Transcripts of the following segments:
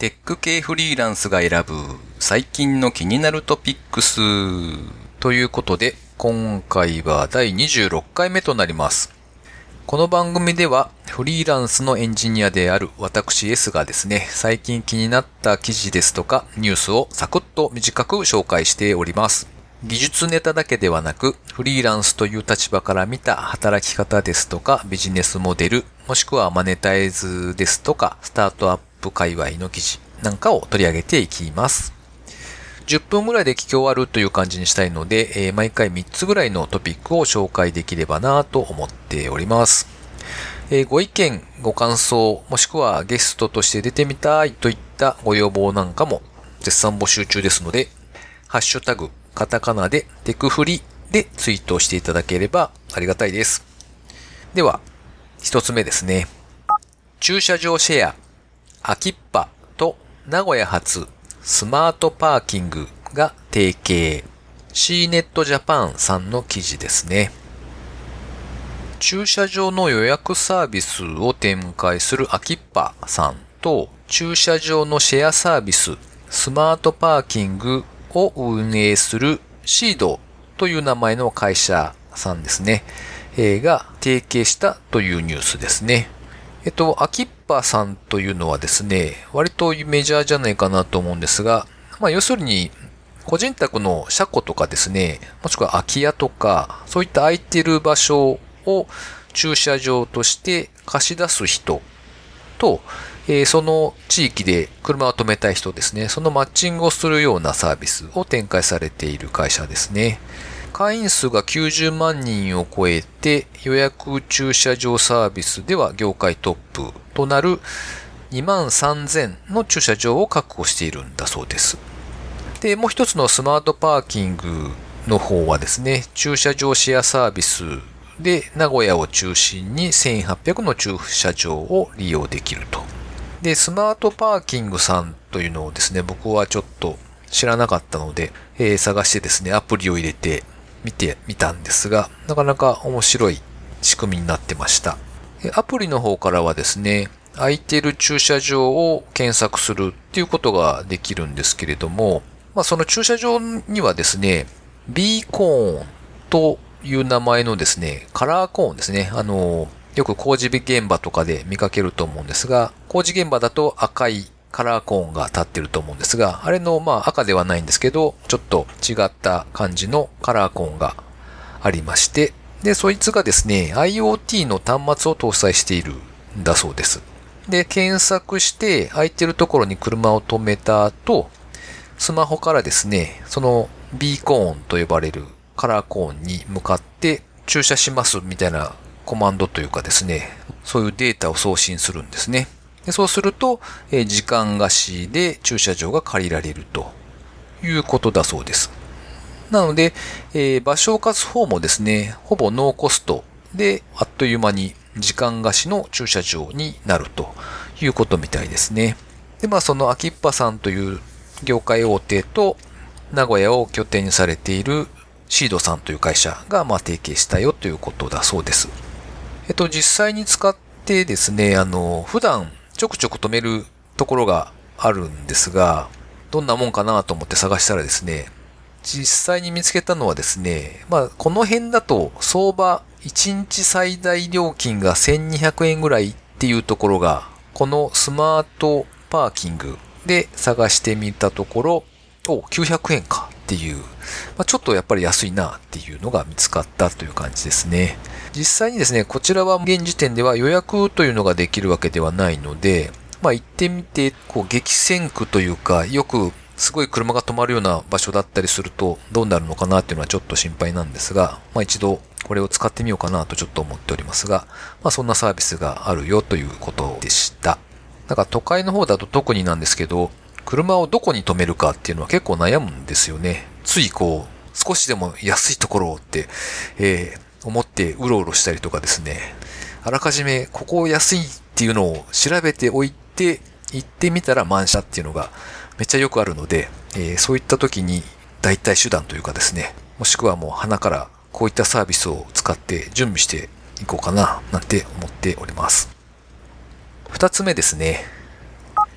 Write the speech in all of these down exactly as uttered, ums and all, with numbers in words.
テック系フリーランスが選ぶ最近の気になるトピックスということで、今回はだいにじゅうろっかいめとなります。この番組ではフリーランスのエンジニアである私 S がですね、最近気になった記事ですとかニュースをサクッと短く紹介しております。技術ネタだけではなく、フリーランスという立場から見た働き方ですとかビジネスモデル、もしくはマネタイズですとかスタートアップ界隈の記事なんかを取り上げていきます。じゅっぷんぐらいで聞き終わるという感じにしたいので、えー、毎回みっつぐらいのトピックを紹介できればなと思っております。えー、ご意見、ご感想、もしくはゲストとして出てみたいといったご要望なんかも絶賛募集中ですので、ハッシュタグ、カタカナでテクフリでツイートしていただければありがたいです。では、一つ目ですね。駐車場シェア、アキッパと名古屋発スマートパーキングが提携。シーネットジャパンさんの記事ですね。駐車場の予約サービスを展開するアキッパさんと駐車場のシェアサービススマートパーキングを運営するシードという名前の会社さんですね、えー、が提携したというニュースですね。えっと、アキッパさんというのはですね、割とメジャーじゃないかなと思うんですが、まあ要するに個人宅の車庫とかですね、もしくは空き家とか、そういった空いてる場所を駐車場として貸し出す人と、えー、その地域で車を止めたい人ですね、そのマッチングをするようなサービスを展開されている会社ですね。会員数がきゅうじゅうまんにんを超えて予約駐車場サービスでは業界トップとなるにまんさんぜんの駐車場を確保しているんだそうです。で、もう一つのスマートパーキングの方はですね、駐車場シェアサービスで名古屋を中心にせんはっぴゃくの駐車場を利用できると。で、スマートパーキングさんというのをですね、僕はちょっと知らなかったので、えー、探してですね、アプリを入れて見てみたんですが、なかなか面白い仕組みになってました。アプリの方からはですね、空いている駐車場を検索するっていうことができるんですけれども、まあその駐車場にはですね、ビーコーンという名前のですね、カラーコーンですね。あの、よく工事現場とかで見かけると思うんですが、工事現場だと赤いカラーコーンが立ってると思うんですが、あれのまあ赤ではないんですけど、ちょっと違った感じのカラーコーンがありまして、で、そいつがですね、IoT の端末を搭載しているんだそうです。で、検索して空いてるところに車を止めた後、スマホからですね、そのビーコーンと呼ばれるカラーコーンに向かって駐車しますみたいなコマンドというかですね、そういうデータを送信するんですね。でそうすると、えー、時間貸しで駐車場が借りられるということだそうです。なので、えー、場所を貸す方もですね、ほぼノーコストであっという間に時間貸しの駐車場になるということみたいですね。で、まあそのアキッパさんという業界大手と名古屋を拠点にされているシードさんという会社がまあ提携したよということだそうです。えっと、実際に使ってですね、あの、普段ちょくちょく止めるところがあるんですが、どんなもんかなと思って探したらですね、実際に見つけたのはですね、まあ、この辺だと相場いちにち最大料金がせんにひゃくえんぐらいっていうところが、このスマートパーキングで探してみたところ、お、きゅうひゃくえんかっていう、まあ、ちょっとやっぱり安いなっていうのが見つかったという感じですね。実際にですね、こちらは現時点では予約というのができるわけではないので、まあ行ってみて、こう激戦区というか、よくすごい車が止まるような場所だったりするとどうなるのかなっていうのはちょっと心配なんですが、まあ一度これを使ってみようかなとちょっと思っておりますが、まあそんなサービスがあるよということでした。だから都会の方だと特になんですけど、車をどこに止めるかっていうのは結構悩むんですよね。ついこう、少しでも安いところをって、えー思ってうろうろしたりとかですね、あらかじめここ安いっていうのを調べておいて行ってみたら満車っていうのがめっちゃよくあるので、えー、そういった時に代替手段というかですね、もしくはもう鼻からこういったサービスを使って準備していこうかななんて思っております。二つ目ですね。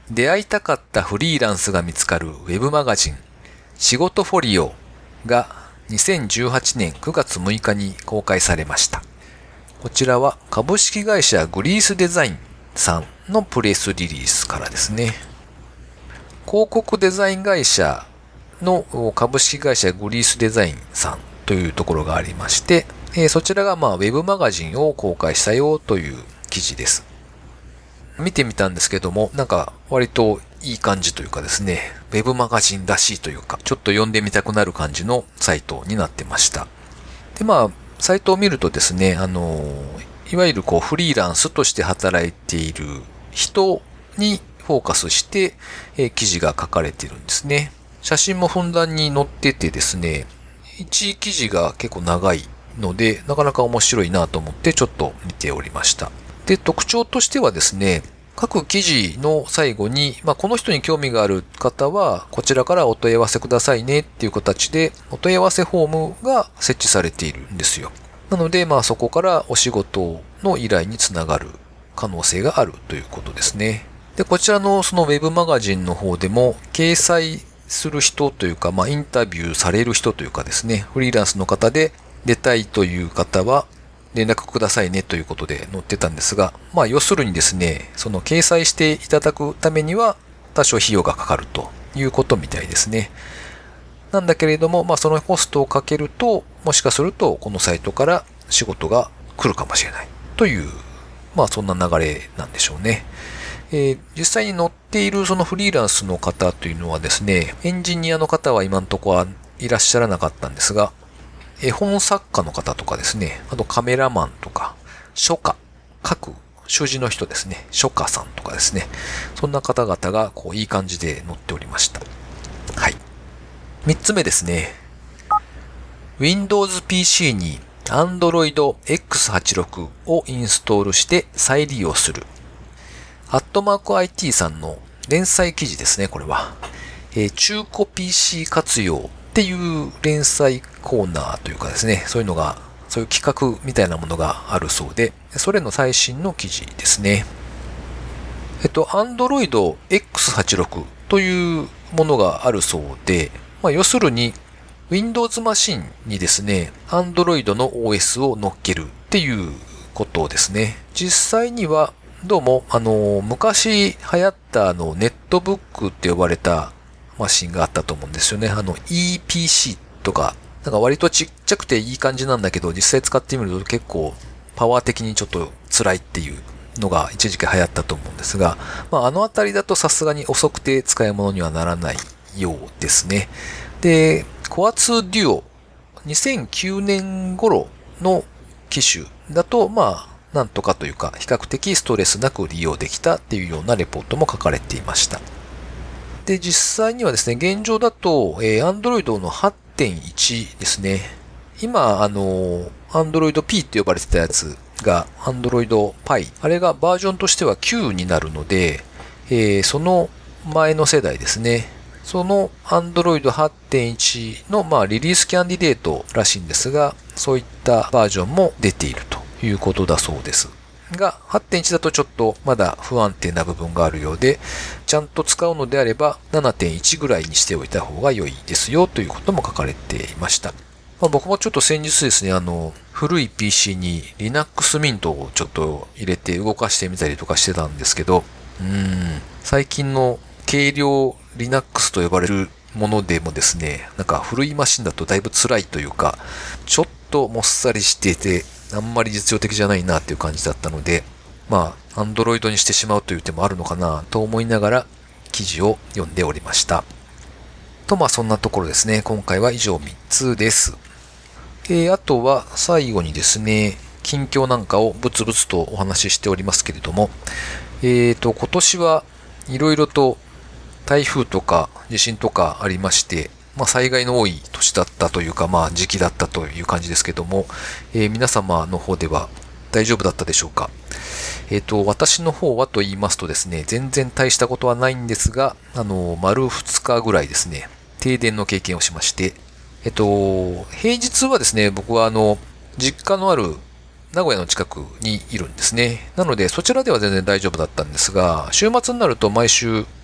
出会いたかったフリーランスが見つかるウェブマガジン、仕事フォリオがにせんじゅうはちねんくがつむいかに公開されました。こちらは株式会社グリースデザインさんのプレスリリースからですね。広告デザイン会社の株式会社グリースデザインさんというところがありまして、そちらがまあウェブマガジンを公開したよという記事です。見てみたんですけども、なんか割といい感じというかですね、ウェブマガジンらしいというか、ちょっと読んでみたくなる感じのサイトになってました。で、まあ、サイトを見るとですね、あの、いわゆるこうフリーランスとして働いている人にフォーカスして、えー、記事が書かれているんですね。写真もふんだんに載っててですね、一記事が結構長いので、なかなか面白いなと思ってちょっと見ておりました。で、特徴としてはですね、各記事の最後に、まあ、この人に興味がある方は、こちらからお問い合わせくださいねっていう形で、お問い合わせフォームが設置されているんですよ。なので、まあ、そこからお仕事の依頼につながる可能性があるということですね。で、こちらのそのウェブマガジンの方でも、掲載する人というか、まあ、インタビューされる人というかですね、フリーランスの方で出たいという方は、連絡くださいねということで載ってたんですが、まあ要するにですね、その掲載していただくためには多少費用がかかるということみたいですね。なんだけれども、まあそのコストをかけると、もしかするとこのサイトから仕事が来るかもしれないという、まあそんな流れなんでしょうね。えー、実際に載っているそのフリーランスの方というのはですね、エンジニアの方は今のところはいらっしゃらなかったんですが、絵本作家の方とかですね、あとカメラマンとか、書家、書く、習字の人ですね、書家さんとかですね、そんな方々がこういい感じで載っておりました。はい。三つ目ですね。Windows ピーシー に Android エックスはちじゅうろく をインストールして再利用する。アットマーク アイティー さんの連載記事ですね、これは。えー、中古 ピーシー 活用っていう連載コーナーというかですね、そういうのが、そういう企画みたいなものがあるそうで、それの最新の記事ですね。えっと、Android エックスはちじゅうろく というものがあるそうで、まあ、要するに Windows マシンにですね、Android の オーエス を乗っけるっていうことですね。実際には、どうも、あの、昔流行ったあの、ネットブックって呼ばれたマシンがあったと思うんですよね。あの イーピーシー とか、なんか割とちっちゃくていい感じなんだけど、実際使ってみると結構パワー的にちょっと辛いっていうのが一時期流行ったと思うんですが、まああのあたりだとさすがに遅くて使い物にはならないようですね。で、コアツーデュオ、にせんきゅうねん頃の機種だと、まあ、なんとかというか、比較的ストレスなく利用できたっていうようなレポートも書かれていました。で、実際にはですね、現状だと、えー、Android の はちてんいち ですね。今、あの、Android P って呼ばれてたやつが Android Pie。あれがバージョンとしてはきゅうになるので、えー、その前の世代ですね。その Android はちてんいち の、まあ、リリースキャンディデートらしいんですが、そういったバージョンも出ているということだそうです。が はちてんいち だとちょっとまだ不安定な部分があるようで、ちゃんと使うのであれば ななてんいち ぐらいにしておいた方が良いですよということも書かれていました。まあ、僕もちょっと先日ですね、あの古い ピーシー に Linux Mint をちょっと入れて動かしてみたりとかしてたんですけど、うーん最近の軽量 Linux と呼ばれるものでもですね、なんか古いマシンだとだいぶ辛いというか、ちょっともっさりしていてあんまり実用的じゃないなっていう感じだったので、まあ、Android にしてしまうという手もあるのかなと思いながら記事を読んでおりました。と、まあそんなところですね。今回は以上みっつです。えー、あとは最後にですね、近況なんかをブツブツとお話ししておりますけれども、えーと、今年はいろいろと台風とか地震とかありまして、まあ、災害の多い年だったというか、まあ、時期だったという感じですけども、えー、皆様の方では大丈夫だったでしょうか。えっと、私の方はと言いますとですね、全然大したことはないんですが、あの、丸ふつかぐらいですね、停電の経験をしまして、えっと、平日はですね、僕はあの、実家のある名古屋の近くにいるんですね。なので、そちらでは全然大丈夫だったんですが、週末になると毎週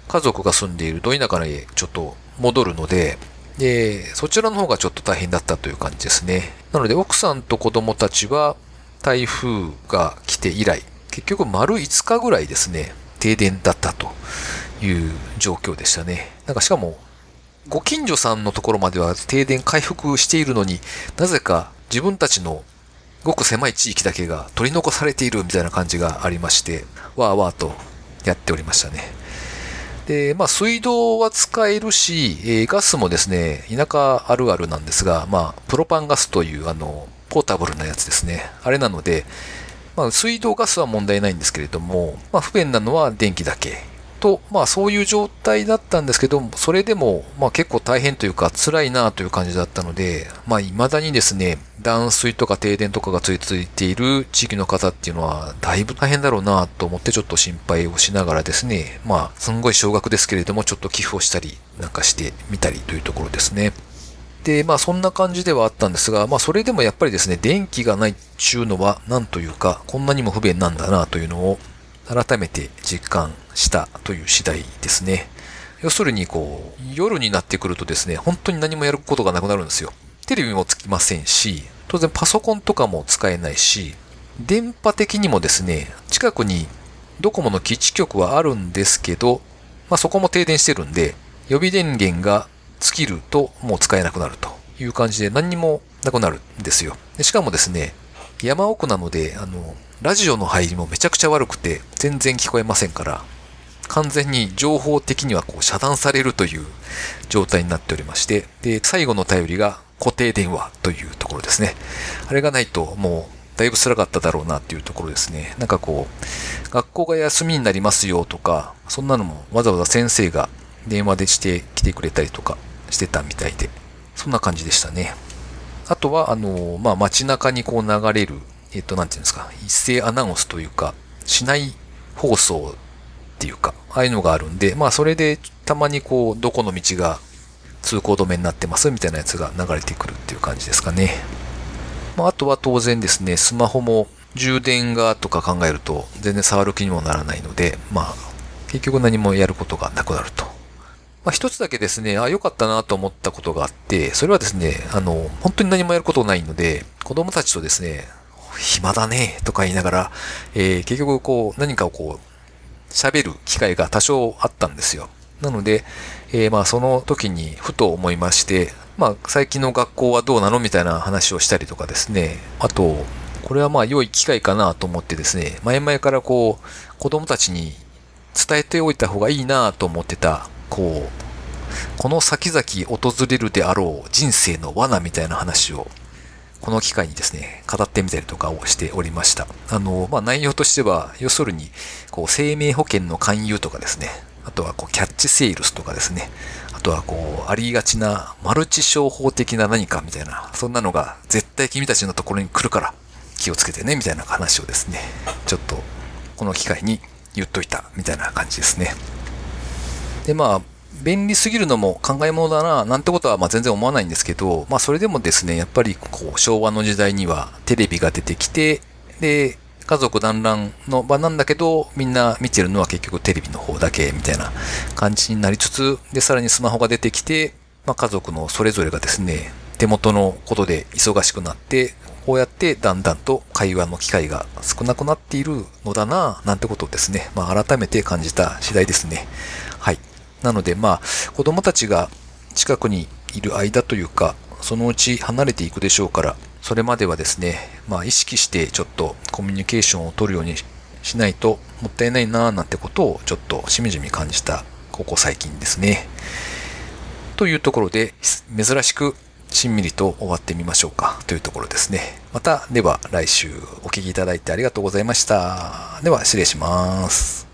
家族が住んでいるど田舎にちょっと戻るので、で、そちらの方がちょっと大変だったという感じですね。なので奥さんと子供たちは台風が来て以来、結局丸いつかぐらいですね、停電だったという状況でしたね。なんかしかも、ご近所さんのところまでは停電回復しているのに、なぜか自分たちのごく狭い地域だけが取り残されているみたいな感じがありまして、わーわーとやっておりましたね。で、まあ水道は使えるし、えー、ガスもですね、田舎あるあるなんですが、まあプロパンガスというあの、ポータブルなやつですね。あれなので、まあ水道ガスは問題ないんですけれども、まあ不便なのは電気だけ。と、まあそういう状態だったんですけど、それでも、まあ結構大変というか辛いなという感じだったので、まあ未だにですね、断水とか停電とかが続いている地域の方っていうのは、だいぶ大変だろうなと思ってちょっと心配をしながらですね、まあすんごい少額ですけれども、ちょっと寄付をしたりなんかしてみたりというところですね。で、まあそんな感じではあったんですが、まあそれでもやっぱりですね、電気がないっちゅうのは、なんというか、こんなにも不便なんだなというのを、改めて実感したという次第ですね。要するにこう、夜になってくるとですね、本当に何もやることがなくなるんですよ。テレビもつきませんし、当然パソコンとかも使えないし、電波的にもですね、近くにドコモの基地局はあるんですけど、まあそこも停電してるんで、予備電源が尽きるともう使えなくなるという感じで何にもなくなるんですよ。でしかもですね、山奥なので、あの、ラジオの入りもめちゃくちゃ悪くて全然聞こえませんから、完全に情報的にはこう遮断されるという状態になっておりまして、で、最後の頼りが固定電話というところですね。あれがないともうだいぶ辛かっただろうなっていうところですね。なんかこう、学校が休みになりますよとか、そんなのもわざわざ先生が電話でして来てくれたりとかしてたみたいで、そんな感じでしたね。あとは、あの、まあ、街中にこう流れる、えっと、なんていうんですか、一斉アナウンスというか、市内放送っていうか、ああいうのがあるんで、まあ、それでたまにこう、どこの道が通行止めになってますみたいなやつが流れてくるっていう感じですかね。まあ、あとは当然ですね、スマホも充電がとか考えると全然触る気にもならないので、まあ、結局何もやることがなくなると。まあ、一つだけですね、あ、良かったなと思ったことがあって、それはですね、あの、本当に何もやることないので、子供たちとですね、暇だねとか言いながら、えー、結局こう、何かをこう、喋る機会が多少あったんですよ。なので、えー、まあその時にふと思いまして、まあ最近の学校はどうなのみたいな話をしたりとかですね、あと、これはまあ良い機会かなと思ってですね、前々からこう、子供たちに伝えておいた方がいいなと思ってた、こう、この先々訪れるであろう人生の罠みたいな話を、この機会にですね、語ってみたりとかをしておりました。あの、まあ、内容としては、要するに、こう、生命保険の勧誘とかですね、あとはこう、キャッチセールスとかですね、あとはこう、ありがちなマルチ商法的な何かみたいな、そんなのが絶対君たちのところに来るから気をつけてね、みたいな話をですね、ちょっと、この機会に言っといた、みたいな感じですね。で、まあ、便利すぎるのも考え物だな、なんてことはまあ全然思わないんですけど、まあそれでもですね、やっぱりこう昭和の時代にはテレビが出てきて、で、家族団らんの場なんだけど、みんな見てるのは結局テレビの方だけみたいな感じになりつつ、で、さらにスマホが出てきて、まあ家族のそれぞれがですね、手元のことで忙しくなって、こうやってだんだんと会話の機会が少なくなっているのだな、なんてことをですね、まあ改めて感じた次第ですね。はい。なのでまあ子供たちが近くにいる間というかそのうち離れていくでしょうからそれまではですねまあ意識してちょっとコミュニケーションを取るようにしないともったいないなーなんてことをちょっとしみじみ感じたここ最近ですね。というところで珍しくしんみりと終わってみましょうかというところですね。またでは来週お聞きいただいてありがとうございました。では失礼します。